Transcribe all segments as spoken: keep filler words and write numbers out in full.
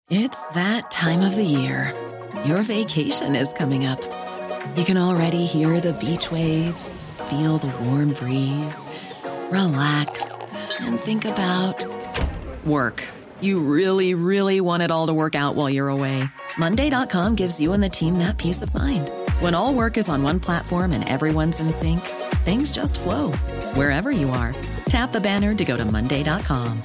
It's that time of the year. Your vacation is coming up. You can already hear the beach waves, feel the warm breeze, relax, and think about work. You really, really want it all to work out while you're away. Monday dot com gives you and the team that peace of mind. When all work is on one platform and everyone's in sync, things just flow. Wherever you are, tap the banner to go to Monday dot com.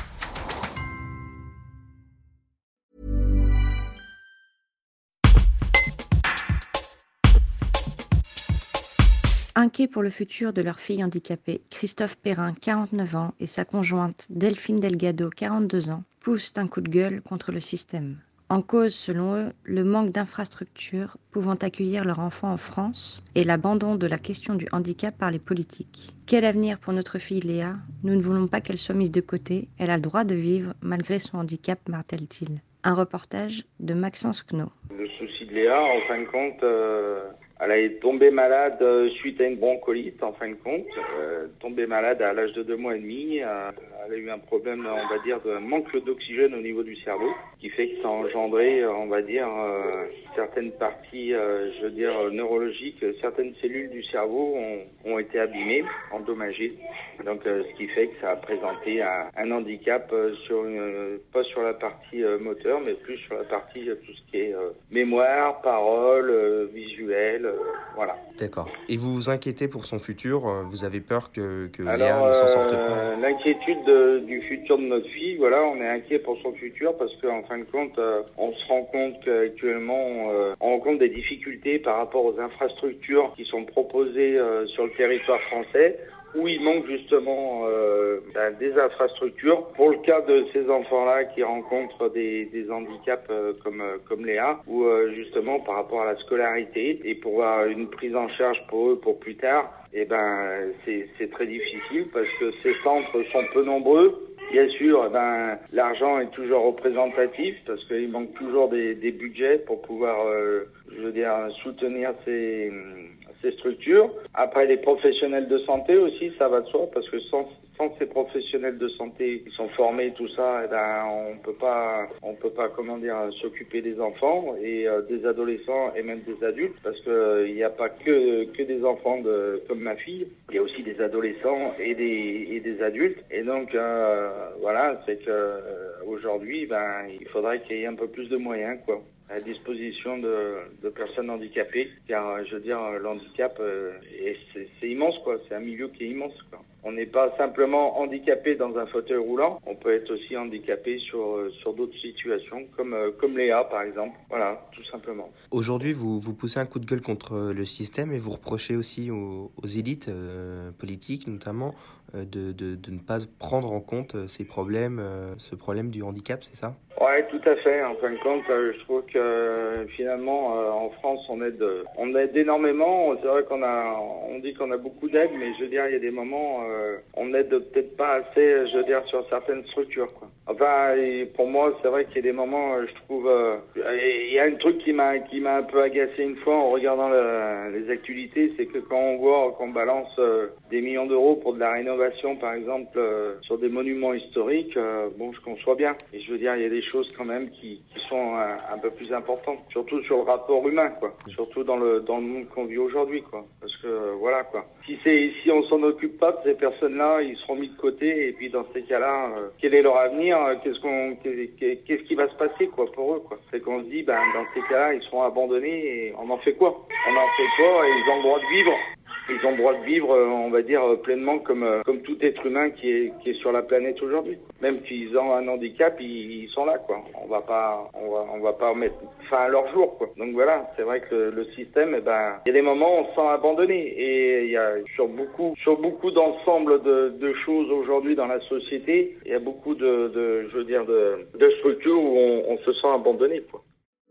Inquiets pour le futur de leur fille handicapée, Christophe Perrin, quarante-neuf ans, et sa conjointe Delphine Delgado, quarante-deux ans, poussent un coup de gueule contre le système. En cause, selon eux, le manque d'infrastructures pouvant accueillir leur enfant en France et l'abandon de la question du handicap par les politiques. Quel avenir pour notre fille Léa ? Nous ne voulons pas qu'elle soit mise de côté, elle a le droit de vivre malgré son handicap, martèle-t-il. Un reportage de Maxence Kno. Le souci de Léa, en fin de compte, euh, elle est tombée malade euh, suite à une bronchiolite, en fin de compte. Euh, tombée malade à l'âge de deux mois et demi. Euh, elle a eu un problème, on va dire, de manque d'oxygène au niveau du cerveau, qui fait que ça a engendré, on va dire, euh, certaines parties, euh, je veux dire, neurologiques, certaines cellules du cerveau ont, ont été abîmées, endommagées. Donc, euh, ce qui fait que ça a présenté un, un handicap euh, sur une, euh, pas sur la partie euh, moteur, mais plus sur la partie euh, tout ce qui est euh, mémoire, parole, euh, visuel, euh, voilà. D'accord. Et vous vous inquiétez pour son futur ? Vous avez peur que, que Alors, Léa ne s'en sorte euh, pas ? L'inquiétude de, du futur de notre fille, voilà, on est inquiet pour son futur parce qu'en fin de compte, euh, on se rend compte qu'actuellement, euh, on rencontre des difficultés par rapport aux infrastructures qui sont proposées euh, sur le territoire français, où il manque justement euh, ben, des infrastructures. Pour le cas de ces enfants-là qui rencontrent des, des handicaps euh, comme euh, comme Léa, ou euh, justement par rapport à la scolarité et pour avoir une prise en charge pour eux pour plus tard, eh ben c'est c'est très difficile parce que ces centres sont peu nombreux. Bien sûr, eh ben l'argent est toujours représentatif parce qu'il manque toujours des, des budgets pour pouvoir, euh, je veux dire, soutenir ces ces structures. Après, les professionnels de santé aussi, ça va de soi, parce que sans, sans ces professionnels de santé qui sont formés, tout ça, eh ben, on peut pas, on peut pas, comment dire, s'occuper des enfants et euh, des adolescents et même des adultes, parce que il n'y a pas que que des enfants de, comme ma fille, il y a aussi des adolescents et des et des adultes. Et donc, euh, voilà, c'est que euh, aujourd'hui, ben, il faudrait qu'il y ait un peu plus de moyens, quoi, à disposition de, de personnes handicapées, car je veux dire, l'handicap, euh, c'est, c'est immense, quoi. C'est un milieu qui est immense, quoi. On n'est pas simplement handicapé dans un fauteuil roulant, on peut être aussi handicapé sur sur d'autres situations, comme comme Léa par exemple. Voilà, tout simplement. Aujourd'hui, vous vous poussez un coup de gueule contre le système et vous reprochez aussi aux, aux élites euh, politiques, notamment, euh, de, de de ne pas prendre en compte ces problèmes, euh, ce problème du handicap, c'est ça ? Ouais, tout à fait. En fin de compte, euh, je trouve que euh, finalement, euh, en France, on aide, on aide énormément. C'est vrai qu'on a, on dit qu'on a beaucoup d'aide, mais je veux dire, il y a des moments, euh, on aide peut-être pas assez, je veux dire, sur certaines structures, quoi. Enfin, et pour moi, c'est vrai qu'il y a des moments, je trouve, euh, il y a un truc qui m'a, qui m'a un peu agacé une fois en regardant le, les actualités, c'est que quand on voit qu'on balance euh, des millions d'euros pour de la rénovation, par exemple, euh, sur des monuments historiques, euh, bon, je conçois bien. Et je veux dire, il y a des choses quand même qui, qui sont un, un peu plus importantes, surtout sur le rapport humain, quoi. Surtout dans le dans le monde qu'on vit aujourd'hui, quoi. Parce que euh, voilà, quoi. Si c'est si on s'en occupe pas de ces personnes-là, ils seront mis de côté. Et puis dans ces cas-là, euh, quel est leur avenir ? Qu'est-ce qu'on qu'est-ce qui va se passer, quoi, pour eux, quoi. C'est qu'on se dit, ben dans ces cas-là, ils seront abandonnés et on en fait quoi ? On en fait quoi ? Et ils ont le droit de vivre. Ils ont le droit de vivre, on va dire, pleinement comme comme tout être humain qui est qui est sur la planète aujourd'hui. Même s'ils ont un handicap, ils, ils sont là, quoi. On va pas, on va on va pas mettre fin à leur jour, quoi. Donc voilà, c'est vrai que le, le système, eh ben, il y a des moments où on se sent abandonné et il y a sur beaucoup sur beaucoup d'ensemble de de choses aujourd'hui dans la société, il y a beaucoup de de je veux dire de de structures où on, on se sent abandonné, quoi.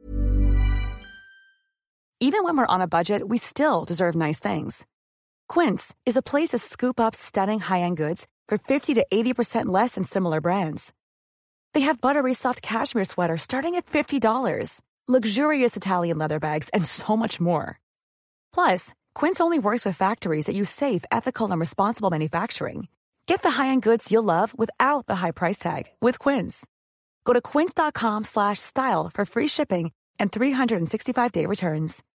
Even when we're on a budget, we still deserve nice things. Quince is a place to scoop up stunning high-end goods for fifty to eighty percent less than similar brands. They have buttery soft cashmere sweaters starting at fifty dollars, luxurious Italian leather bags, and so much more. Plus, Quince only works with factories that use safe, ethical, and responsible manufacturing. Get the high-end goods you'll love without the high price tag with Quince. Go to quince.com slash style for free shipping and three sixty-five day returns.